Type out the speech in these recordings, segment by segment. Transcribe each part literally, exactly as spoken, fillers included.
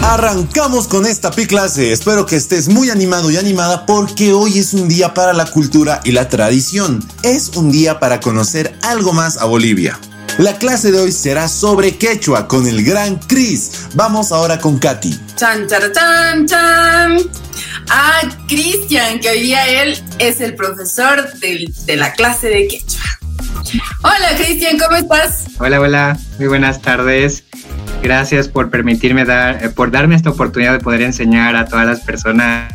Arrancamos con esta Pi Clase. Espero que estés muy animado y animada porque hoy es un día para la cultura y la tradición. Es un día para conocer algo más a Bolivia. La clase de hoy será sobre quechua con el gran Chris. Vamos ahora con Katy. Chan, chan, chan, chan. Ah, Cristian, que hoy día él es el profesor de, de la clase de quechua. Hola Cristian, ¿cómo estás? Hola, hola, muy buenas tardes. Gracias por permitirme dar, eh, por darme esta oportunidad de poder enseñar a todas las personas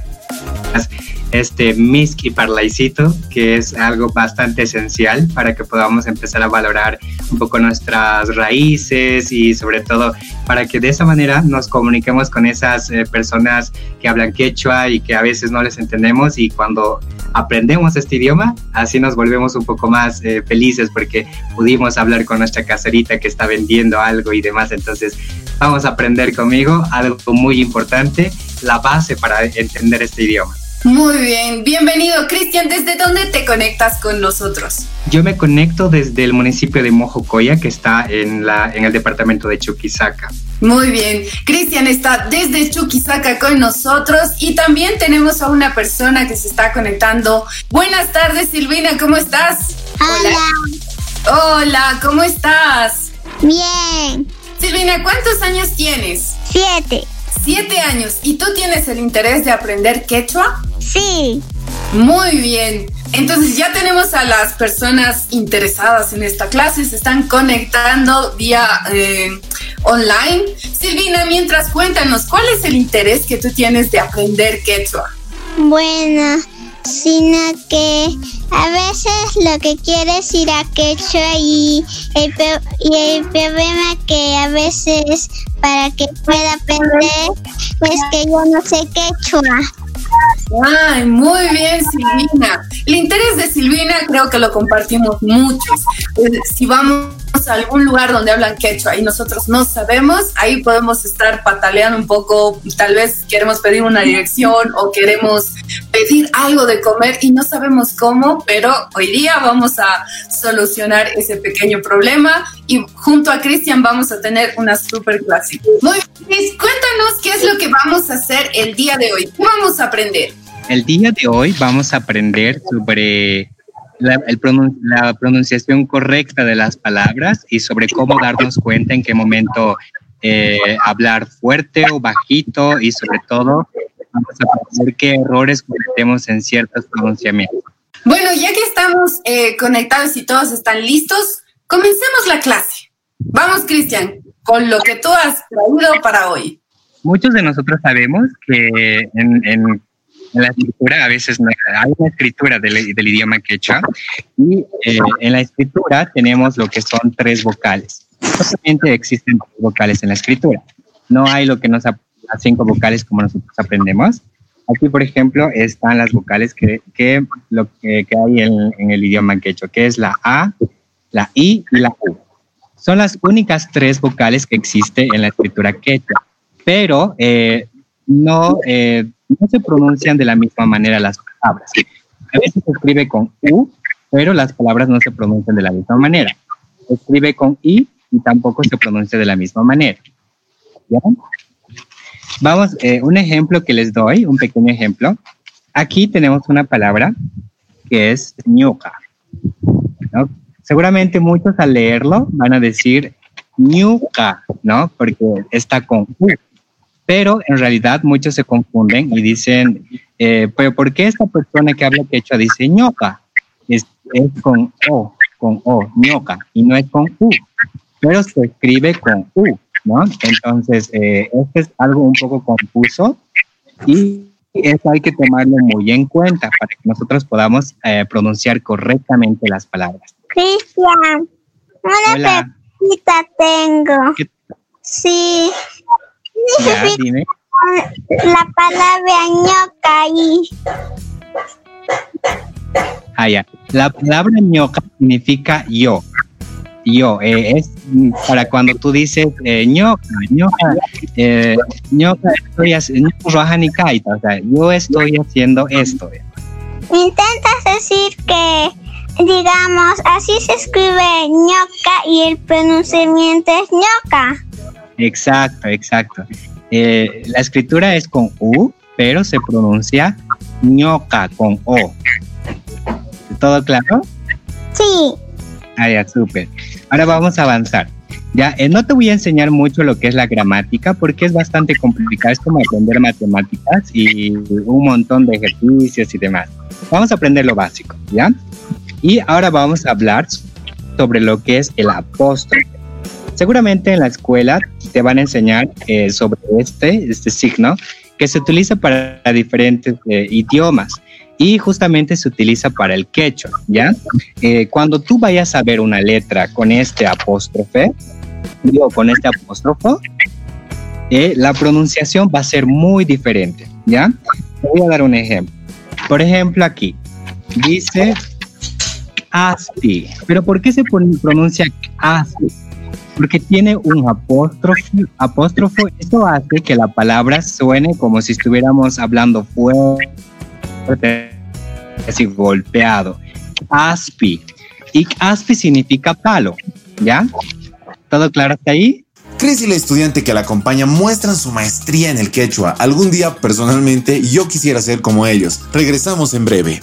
este Miski Parlaicito, que es algo bastante esencial para que podamos empezar a valorar un poco nuestras raíces y sobre todo para que de esa manera nos comuniquemos con esas eh, personas que hablan quechua y que a veces no les entendemos, y cuando aprendemos este idioma, así nos volvemos un poco más eh, felices porque pudimos hablar con nuestra caserita que está vendiendo algo y demás. Entonces vamos a aprender conmigo algo muy importante, la base para entender este idioma. Muy bien, bienvenido Cristian. ¿Desde dónde te conectas con nosotros? Yo me conecto desde el municipio de Mojocoya, que está en, la, en el departamento de Chuquisaca. Muy bien, Cristian está desde Chuquisaca con nosotros y también tenemos a una persona que se está conectando. Buenas tardes, Silvina, ¿cómo estás? Hola. Hola, ¿cómo estás? Bien. Silvina, ¿cuántos años tienes? Siete. Siete años. ¿Y tú tienes el interés de aprender quechua? Sí. Muy bien. Entonces ya tenemos a las personas interesadas en esta clase, se están conectando vía eh, online. Silvina, mientras cuéntanos, ¿cuál es el interés que tú tienes de aprender quechua? Bueno, sino que a veces lo que quiero es ir a quechua y el, y el problema que a veces para que pueda aprender es que yo no sé quechua. Ay, muy bien, Silvina. El interés de Silvina creo que lo compartimos muchos. Si vamos a algún lugar donde hablan quechua y nosotros no sabemos, ahí podemos estar pataleando un poco. Tal vez queremos pedir una dirección o queremos pedir algo de comer y no sabemos cómo, pero hoy día vamos a solucionar ese pequeño problema y junto a Cristian vamos a tener una super clase. Muy bien, cuéntanos qué es lo que vamos a hacer el día de hoy. ¿Qué vamos a aprender? El día de hoy vamos a aprender sobre la, el pronun- la pronunciación correcta de las palabras y sobre cómo darnos cuenta en qué momento eh, hablar fuerte o bajito, y sobre todo vamos a aprender qué errores cometemos en ciertos pronunciamientos. Bueno, ya que estamos eh, conectados y todos están listos, comencemos la clase. Vamos, Cristian, con lo que tú has traído para hoy. Muchos de nosotros sabemos que en, en En la escritura a veces no, hay una escritura del, del idioma quechua y eh, en la escritura tenemos lo que son tres vocales. Solamente existen tres vocales en la escritura. No hay lo que nos las cinco vocales como nosotros aprendemos. Aquí, por ejemplo, están las vocales que, que, lo que, que hay en, en el idioma quechua, que es la A, la I y la U. Son las únicas tres vocales que existen en la escritura quechua, pero eh, no... Eh, no se pronuncian de la misma manera las palabras. A veces se escribe con U, pero las palabras no se pronuncian de la misma manera. Se escribe con I y tampoco se pronuncia de la misma manera. ¿Ya? Vamos, eh, un ejemplo que les doy, un pequeño ejemplo. Aquí tenemos una palabra que es ñuca, ¿no? Seguramente muchos al leerlo van a decir ñuca, ¿no? Porque está con U. Pero en realidad muchos se confunden y dicen, eh, ¿pero por qué esta persona que habla quechua dice ñoca? Es, es con O, con O, ñoca, y no es con U, pero se escribe con U, ¿no? Entonces, eh, esto es algo un poco confuso y eso hay que tomarlo muy en cuenta para que nosotros podamos eh, pronunciar correctamente las palabras. Cristian, una preguntita tengo. ¿Qué? Sí. Ya, dime. La palabra ñoca ahí. Ah, ya. La palabra ñoca significa yo. Yo, eh, es para cuando tú dices eh, ñoca, ñoca, eh, ñoca, estoy haciendo, o sea, yo estoy haciendo esto. Intentas decir que, digamos, así se escribe ñoca y el pronunciamiento es ñoca. Exacto, exacto. eh, la escritura es con U, pero se pronuncia ñoca con O. ¿Todo claro? Sí. Ah, ya, súper. Ahora vamos a avanzar. Ya, eh, no te voy a enseñar mucho lo que es la gramática porque es bastante complicado. Es como aprender matemáticas y un montón de ejercicios y demás. Vamos a aprender lo básico, ¿ya? Y ahora vamos a hablar sobre lo que es el apóstrofe. Seguramente en la escuela te van a enseñar eh, sobre este, este signo que se utiliza para diferentes eh, idiomas y justamente se utiliza para el quechua, ¿ya? Eh, cuando tú vayas a ver una letra con este apóstrofe, digo, con este apóstrofo, eh, la pronunciación va a ser muy diferente, ¿ya? Te voy a dar un ejemplo. Por ejemplo, aquí dice aspi, pero ¿por qué se pronuncia aspi? Porque tiene un apóstrofo, apóstrofo. Esto hace que la palabra suene como si estuviéramos hablando fuerte, así golpeado. Aspi. Y aspi significa palo, ¿ya? ¿Todo claro hasta ahí? Chris y la estudiante que la acompaña muestran su maestría en el quechua. Algún día, personalmente, yo quisiera ser como ellos. Regresamos en breve.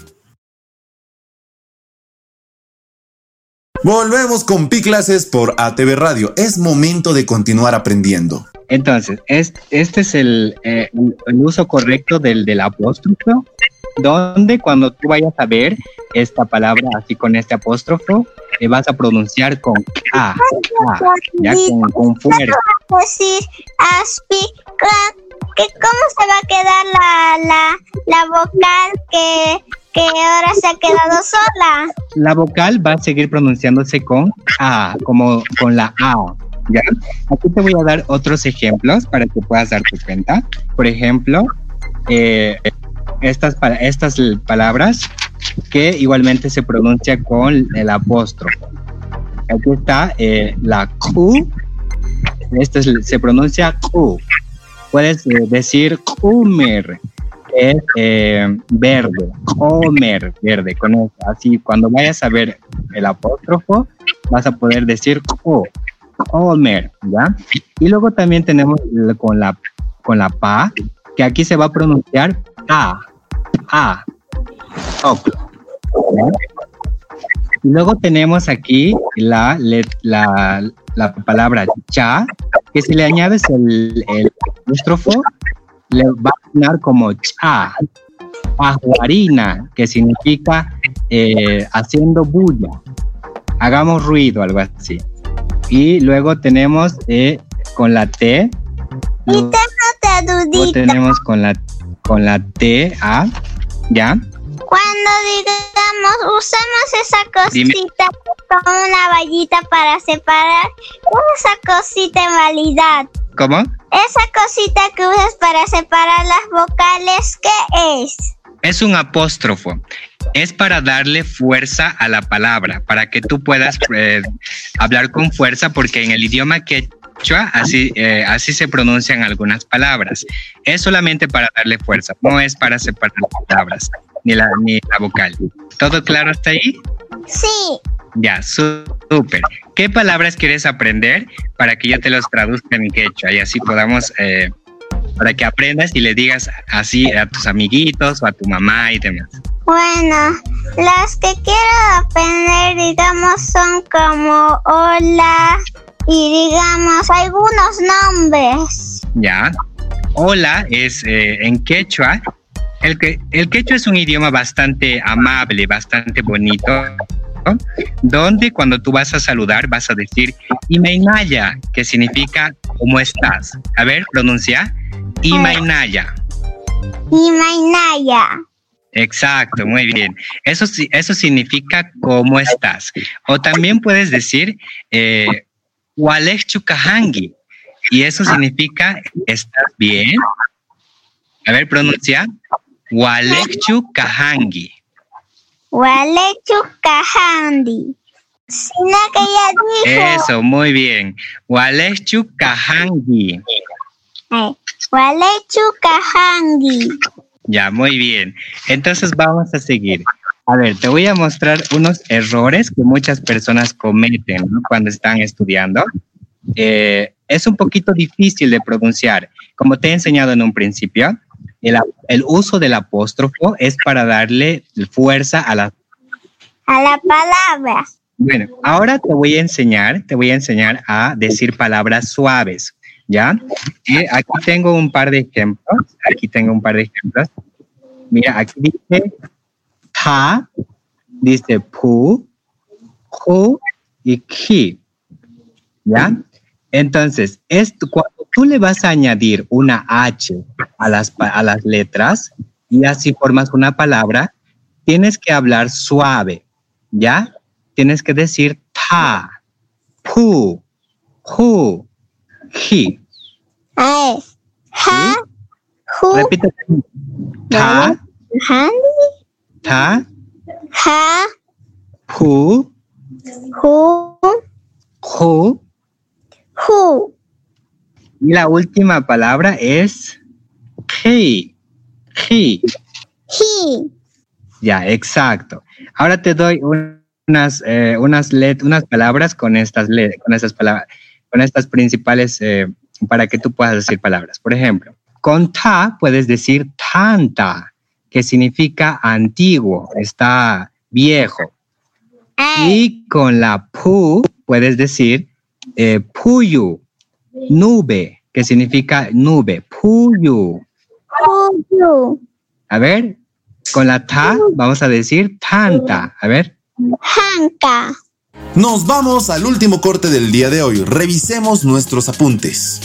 Volvemos con Pi Clases por A T V Radio. Es momento de continuar aprendiendo. Entonces, este, este es el, eh, el uso correcto del, del apóstrofo, donde cuando tú vayas a ver esta palabra así con este apóstrofo, eh, vas a pronunciar con A, A, ya con, con fuerza. Decir aspi, que ¿cómo se va a quedar la, la, la vocal que, que ahora se ha quedado sola? La vocal va a seguir pronunciándose con A, como con la A, ¿ya? Aquí te voy a dar otros ejemplos para que puedas darte cuenta. Por ejemplo, eh, estas, estas palabras que igualmente se pronuncia con el apóstrofo. Aquí está eh, la Q, esto es, se pronuncia Q. Puedes eh, decir comer, que es eh, verde, comer, verde, con eso. Así, cuando vayas a ver el apóstrofo, vas a poder decir Q, comer, ¿ya? Y luego también tenemos con la, con la pa, que aquí se va a pronunciar A, A, ok, ¿ya? Y luego tenemos aquí la, la, la palabra cha, que si le añades el, el apóstrofo, le va a sonar como cha. Ajuarina, que significa eh, haciendo bulla. Hagamos ruido, algo así. Y luego tenemos eh, con la T. Y tengo luego tenemos con la, con la T, A, ¿ya? Cuando digamos, usamos esa cosita Dime. Con una vallita para separar, esa cosita en realidad. ¿Cómo? Esa cosita que usas para separar las vocales, ¿qué es? Es un apóstrofo. Es para darle fuerza a la palabra, para que tú puedas eh, hablar con fuerza, porque en el idioma quechua así, eh, así se pronuncian algunas palabras. Es solamente para darle fuerza, no es para separar las palabras. Ni la, ni la vocal. ¿Todo claro hasta ahí? Sí. Ya, súper. ¿Qué palabras quieres aprender para que yo te los traduzca en quechua y así podamos, eh, para que aprendas y le digas así a tus amiguitos o a tu mamá y demás? Bueno, las que quiero aprender, digamos, son como hola y digamos algunos nombres. Ya. Hola es eh, en quechua. El, que, el quechua es un idioma bastante amable, bastante bonito, ¿no? Donde cuando tú vas a saludar vas a decir Imainaya, que significa ¿cómo estás? A ver, pronuncia Imainaya. Imainaya. Exacto, muy bien. Eso, eso significa ¿cómo estás? O también puedes decir eh, Walechchukahangi, y eso significa ¿estás bien? A ver, pronuncia Walechchukahangi. Walechchukahangi. Sino que ya dijo. Eso, muy bien. Walechchukahangi. Walechchukahangi. Ya, muy bien. Entonces vamos a seguir. A ver, te voy a mostrar unos errores que muchas personas cometen, ¿no?, cuando están estudiando. Eh, es un poquito difícil de pronunciar. Como te he enseñado en un principio, el, el uso del apóstrofo es para darle fuerza a la... A la palabra. Bueno, ahora te voy a enseñar, te voy a enseñar a decir palabras suaves, ¿ya? Y aquí tengo un par de ejemplos, aquí tengo un par de ejemplos. Mira, aquí dice ta, dice pu, hu y ki, ¿ya? Entonces, esto, cuando tú le vas a añadir una H a las, a las letras y así formas una palabra, tienes que hablar suave, ¿ya? Tienes que decir ta, pu, hu, hi. A ver. Ja, hu, Repite. Ta, handy, ta, ja, pu, hu, hu. hu. Y la última palabra es hi, hi. He. Ya, exacto. Ahora te doy un- unas, eh, unas, let- unas palabras con estas, le- con estas palabras, con estas principales eh, para que tú puedas decir palabras. Por ejemplo, con ta puedes decir tanta, que significa antiguo, está viejo. Ay, Y con la pu puedes decir eh, puyu, nube, que significa nube, puyu. huyu, A ver, con la ta vamos a decir tanta. A ver. hanka. Nos vamos al último corte del día de hoy. Revisemos nuestros apuntes.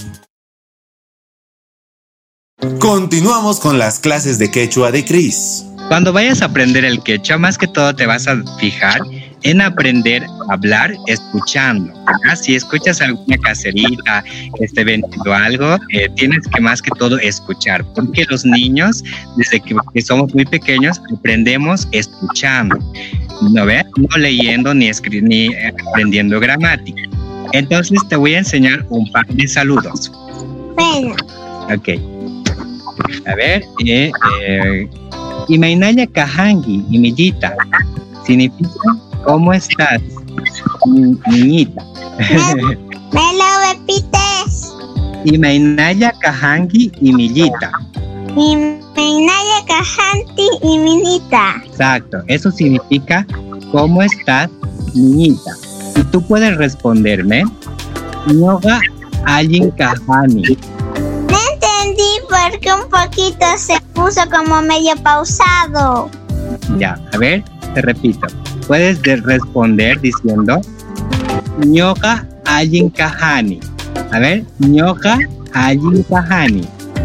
Continuamos con las clases de quechua de Chris. Cuando vayas a aprender el quechua, más que todo te vas a fijar en aprender a hablar escuchando, ¿verdad? Si escuchas alguna caserita que esté vendiendo algo, eh, tienes que más que todo escuchar, porque los niños, desde que, que somos muy pequeños, aprendemos escuchando, ¿no ves? No leyendo ni, escri- ni eh, aprendiendo gramática. Entonces te voy a enseñar un par de saludos. Bueno, Ok. A ver, eh, eh, Imainaya Kahangi, Imillita, significa ¿cómo estás, ni- niñita? me lo repites. Imainaya Kahangi, Imillita. Y Mainaya Kahanti y Minita. Exacto, eso significa ¿cómo estás, niñita? Y tú puedes responderme, Yoga Ayin Kahani. No entendí porque un poquito se puso como medio pausado. Ya, a ver, te repito. Puedes de- responder diciendo Yoga Ayin Kahani. A ver, Yoga Ayin Kahani.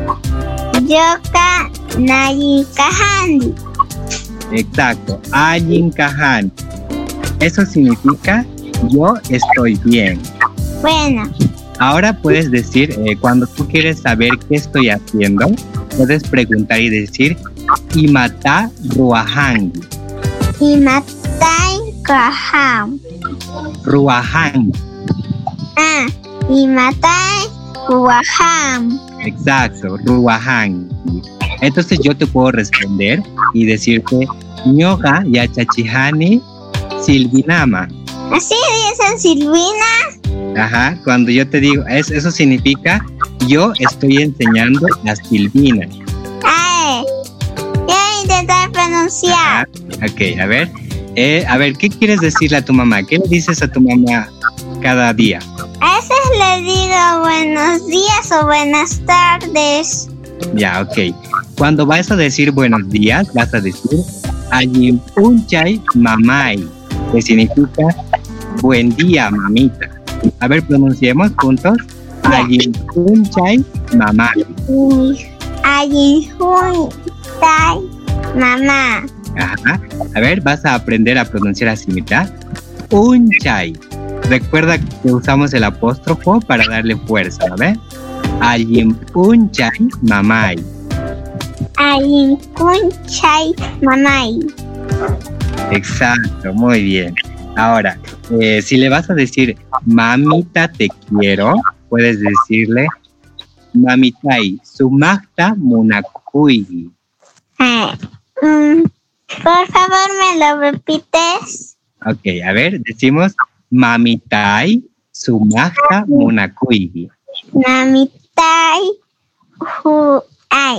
Yoka Nayi Kahandi. Exacto, Ayin Kahani. Eso significa yo estoy bien. Bueno, Ahora puedes decir, eh, cuando tú quieres saber qué estoy haciendo, puedes preguntar y decir Imata Ruahangi. y Matai Kaham. Ruahangi. Ah, y Matai Ruaham. Exacto, Ruahangi. Entonces yo te puedo responder y decirte Ñoga Yachachihani Silvinama. Así dicen Silvina. Ajá, cuando yo te digo, es- eso significa yo estoy enseñando a Silvina. Ay, voy a intentar pronunciar. Ajá, ok, a ver. Eh, a ver, ¿qué quieres decirle a tu mamá? ¿Qué le dices a tu mamá cada día? A veces le digo buenos días o buenas tardes. Ya, ok. Cuando vas a decir buenos días, vas a decir Ayim Punchay Mamay, que significa buen día, mamita. A ver, pronunciemos juntos. Ya. Ayim Punchay Mamay. Allí, Tai, mamá. Ajá. A ver, vas a aprender a pronunciar así, ¿verdad? Punchay. Recuerda que usamos el apóstrofo para darle fuerza, ¿no ves? Ayim Punchay Mamay. Allí, Kunchay, mamay. Exacto, muy bien. Ahora, eh, si le vas a decir mamita te quiero, puedes decirle mamitai sumachta munakuigi. Ah, mm, por favor, me lo repites. Ok, a ver, decimos mamitai sumachta munakuigi. Mamitai huai.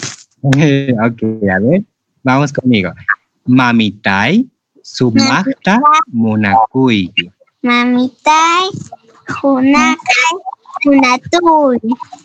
Ok, a ver, vamos conmigo. Mamitai sumahta munakui. Mamitai hunakai hunatui.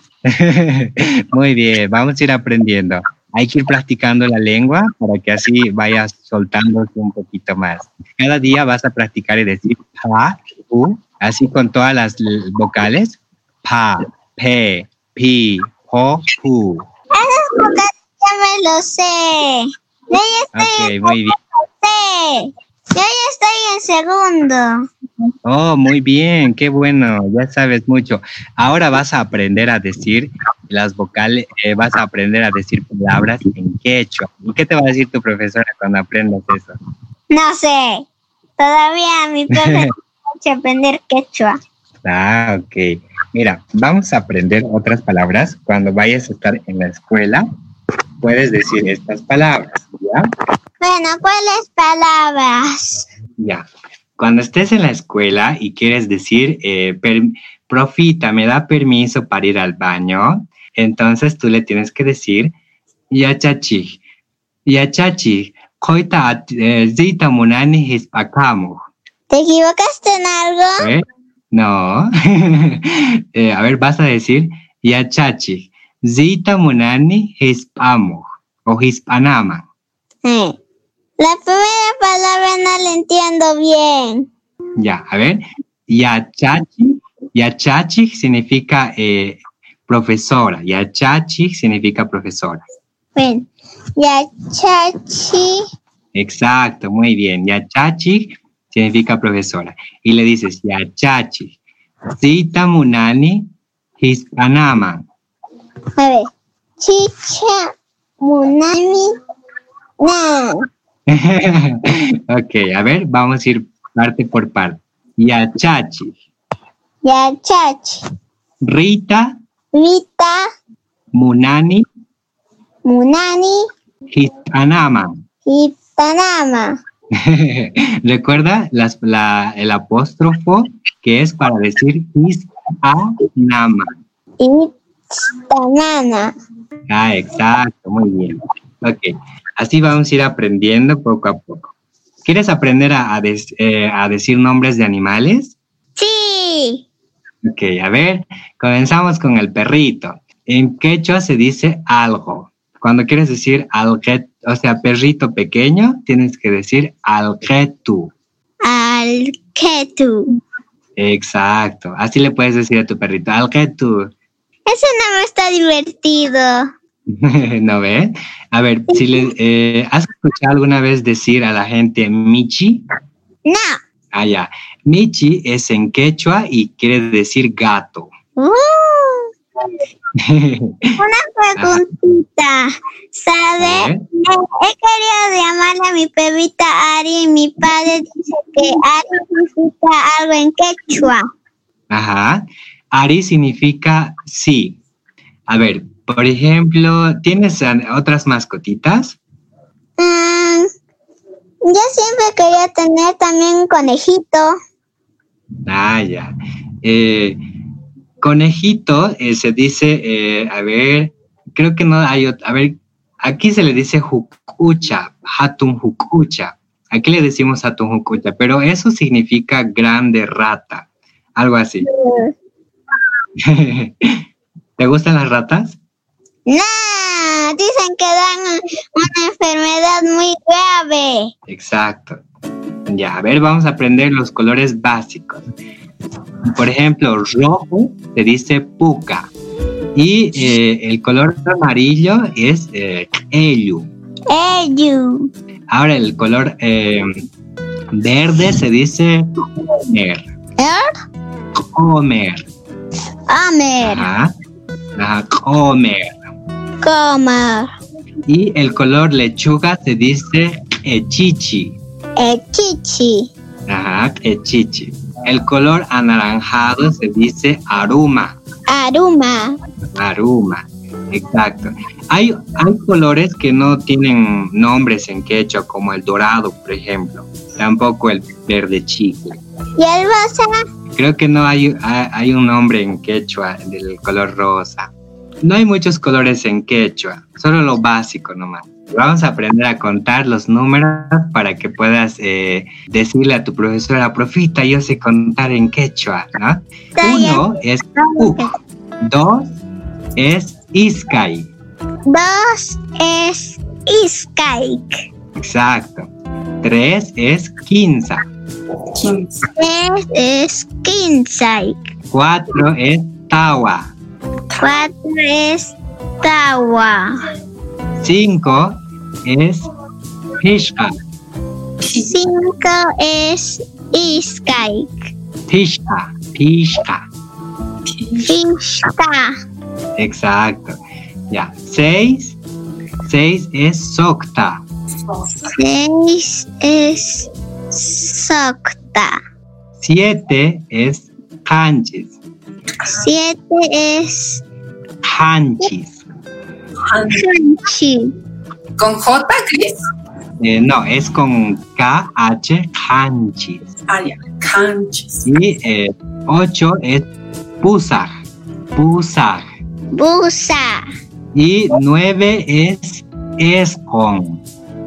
Muy bien, vamos a ir aprendiendo. Hay que ir practicando la lengua para que así vayas soltándose un poquito más. Cada día vas a practicar y decir pa, u, así con todas las l- vocales. Pa, pe, pi, po, pu. Esos vocales ya me lo sé. Yo ya estoy Ok, muy bien. en sé. Yo ya estoy en segundo. Oh, muy bien, qué bueno, ya sabes mucho. Ahora vas a aprender a decir las vocales, eh, vas a aprender a decir palabras en quechua. ¿Y qué te va a decir tu profesora cuando aprendas eso? No sé. Todavía mi profe tiene que aprender quechua. Ah, ok. Mira, vamos a aprender otras palabras. Cuando vayas a estar en la escuela, puedes decir estas palabras, ¿ya? Bueno, ¿cuáles palabras? Ya. Cuando estés en la escuela y quieres decir, eh, per- profita, ¿me da permiso para ir al baño? Entonces tú le tienes que decir, yachachi, yachachi, koita eh, zita munani hispakamu. ¿Te equivocaste en algo? ¿Eh? No. Eh, a ver, vas a decir, yachachi, zita munani hispamu o hispanama. Eh. La primera palabra no la entiendo bien. Ya, a ver, yachachi, yachachi significa eh, profesora, yachachi significa profesora. Bueno, yachachi, Exacto, muy bien, yachachi significa profesora. Y le dices, yachachi, zita munani hispanama. a ver, chicha, munami, na. Ok, a ver, vamos a ir parte por parte. Yachachi, Yachachi, Rita, Vita, Munani, munani, Hispanama. hipanama. Recuerda las, la, el apóstrofo que es para decir Hispanama. Istanana. Ah, exacto, muy bien. Ok, así vamos a ir aprendiendo poco a poco. ¿Quieres aprender a, a, des- eh, a decir nombres de animales? Sí. Ok, a ver, comenzamos con el perrito. En quechua se dice algo. Cuando quieres decir alget, o sea, perrito pequeño, tienes que decir algetu. Alketu. Exacto, así le puedes decir a tu perrito, algetu. Ese nombre está divertido. ¿No ves? A ver, si le, eh, ¿has escuchado alguna vez decir a la gente Michi? No. Ah, ya. Michi es en quechua y quiere decir gato. Uh, una preguntita. ¿Sabes? A ver. He, he querido llamarle a mi perrita Ari y mi padre dice que Ari significa algo en quechua. Ajá. Ari significa sí. A ver, por ejemplo, ¿tienes eh, otras mascotitas? Mm, yo siempre quería tener también un conejito. Ah, ya. Eh, conejito eh, se dice, eh, a ver, creo que no hay otro. A ver, aquí se le dice jucucha, hatun jucucha. Aquí le decimos hatun jucucha, pero eso significa grande rata, algo así. ¿Te gustan las ratas? No, dicen que dan una enfermedad muy grave. Exacto. Ya, a ver, vamos a aprender los colores básicos. Por ejemplo, rojo se dice puca. Y eh, el color amarillo es eh, ellu. Eyu. Ahora el color eh, verde se dice comer. Er, Comer. amer, Ajá. Ajá, comer. comer, Y el color lechuga se dice echichi. echichi, Ajá, echichi. El color anaranjado se dice aruma. aruma, Aruma. Exacto. Hay, hay colores que no tienen nombres en quechua, como el dorado, por ejemplo. Tampoco el verde chicle. ¿Y el rosa? Creo que no hay, hay, hay un nombre en quechua del color rosa. No hay muchos colores en quechua, solo lo básico nomás. Vamos a aprender a contar los números para que puedas eh, decirle a tu profesora, profita, yo sé contar en quechua, ¿no? Uno es uk, dos es iskay. Dos es iskaik. Exacto. Tres es quinza. quince. Tres es quinzaik. Cuatro es tawa. Cuatro es tawa. Cinco es pishka. Cinco es iskaik. Pishka. Pishka. Pishka. Exacto. Ya. Seis. Seis es sokta. Seis es sokta. Siete es hanchis. Siete es Hanchis. hanchi. ¿Con J, Cris? Eh, no, es con K H, hanchis. Ah, ya. Canchis. Y eh, ocho es pusaj. Pusaj. Busa. Y nueve es escon.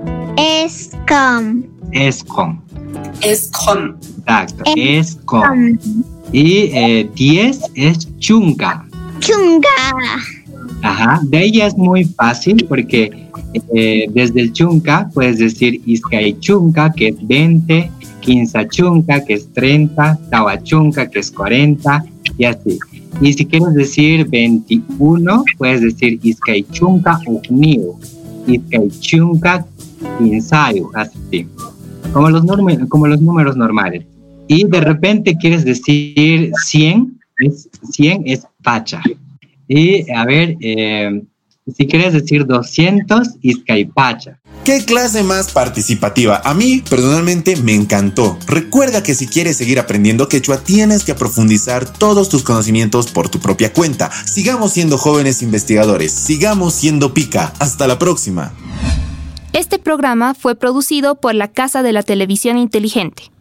Escom. Escon. Es con. Exacto. Escon. Y eh, diez es chunga. Chunga. Ajá. De ella es muy fácil porque eh, desde el chunga puedes decir iskay chunga, que es veinte, quinza chunga, que es treinta, tawa chunga, que es cuarenta, y así. Y si quieres decir veintiuno, puedes decir iskay chunga ugniu, iskay chunga quinzayu, así. Como los, norm- como los números normales. Y de repente quieres decir cien, es, cien es pacha. Y a ver, eh, si quieres decir doscientos, iskaypacha. ¡Qué clase más participativa! A mí, personalmente, me encantó. Recuerda que si quieres seguir aprendiendo quechua, tienes que profundizar todos tus conocimientos por tu propia cuenta. Sigamos siendo jóvenes investigadores. Sigamos siendo pica. Hasta la próxima. Este programa fue producido por la Casa de la Televisión Inteligente.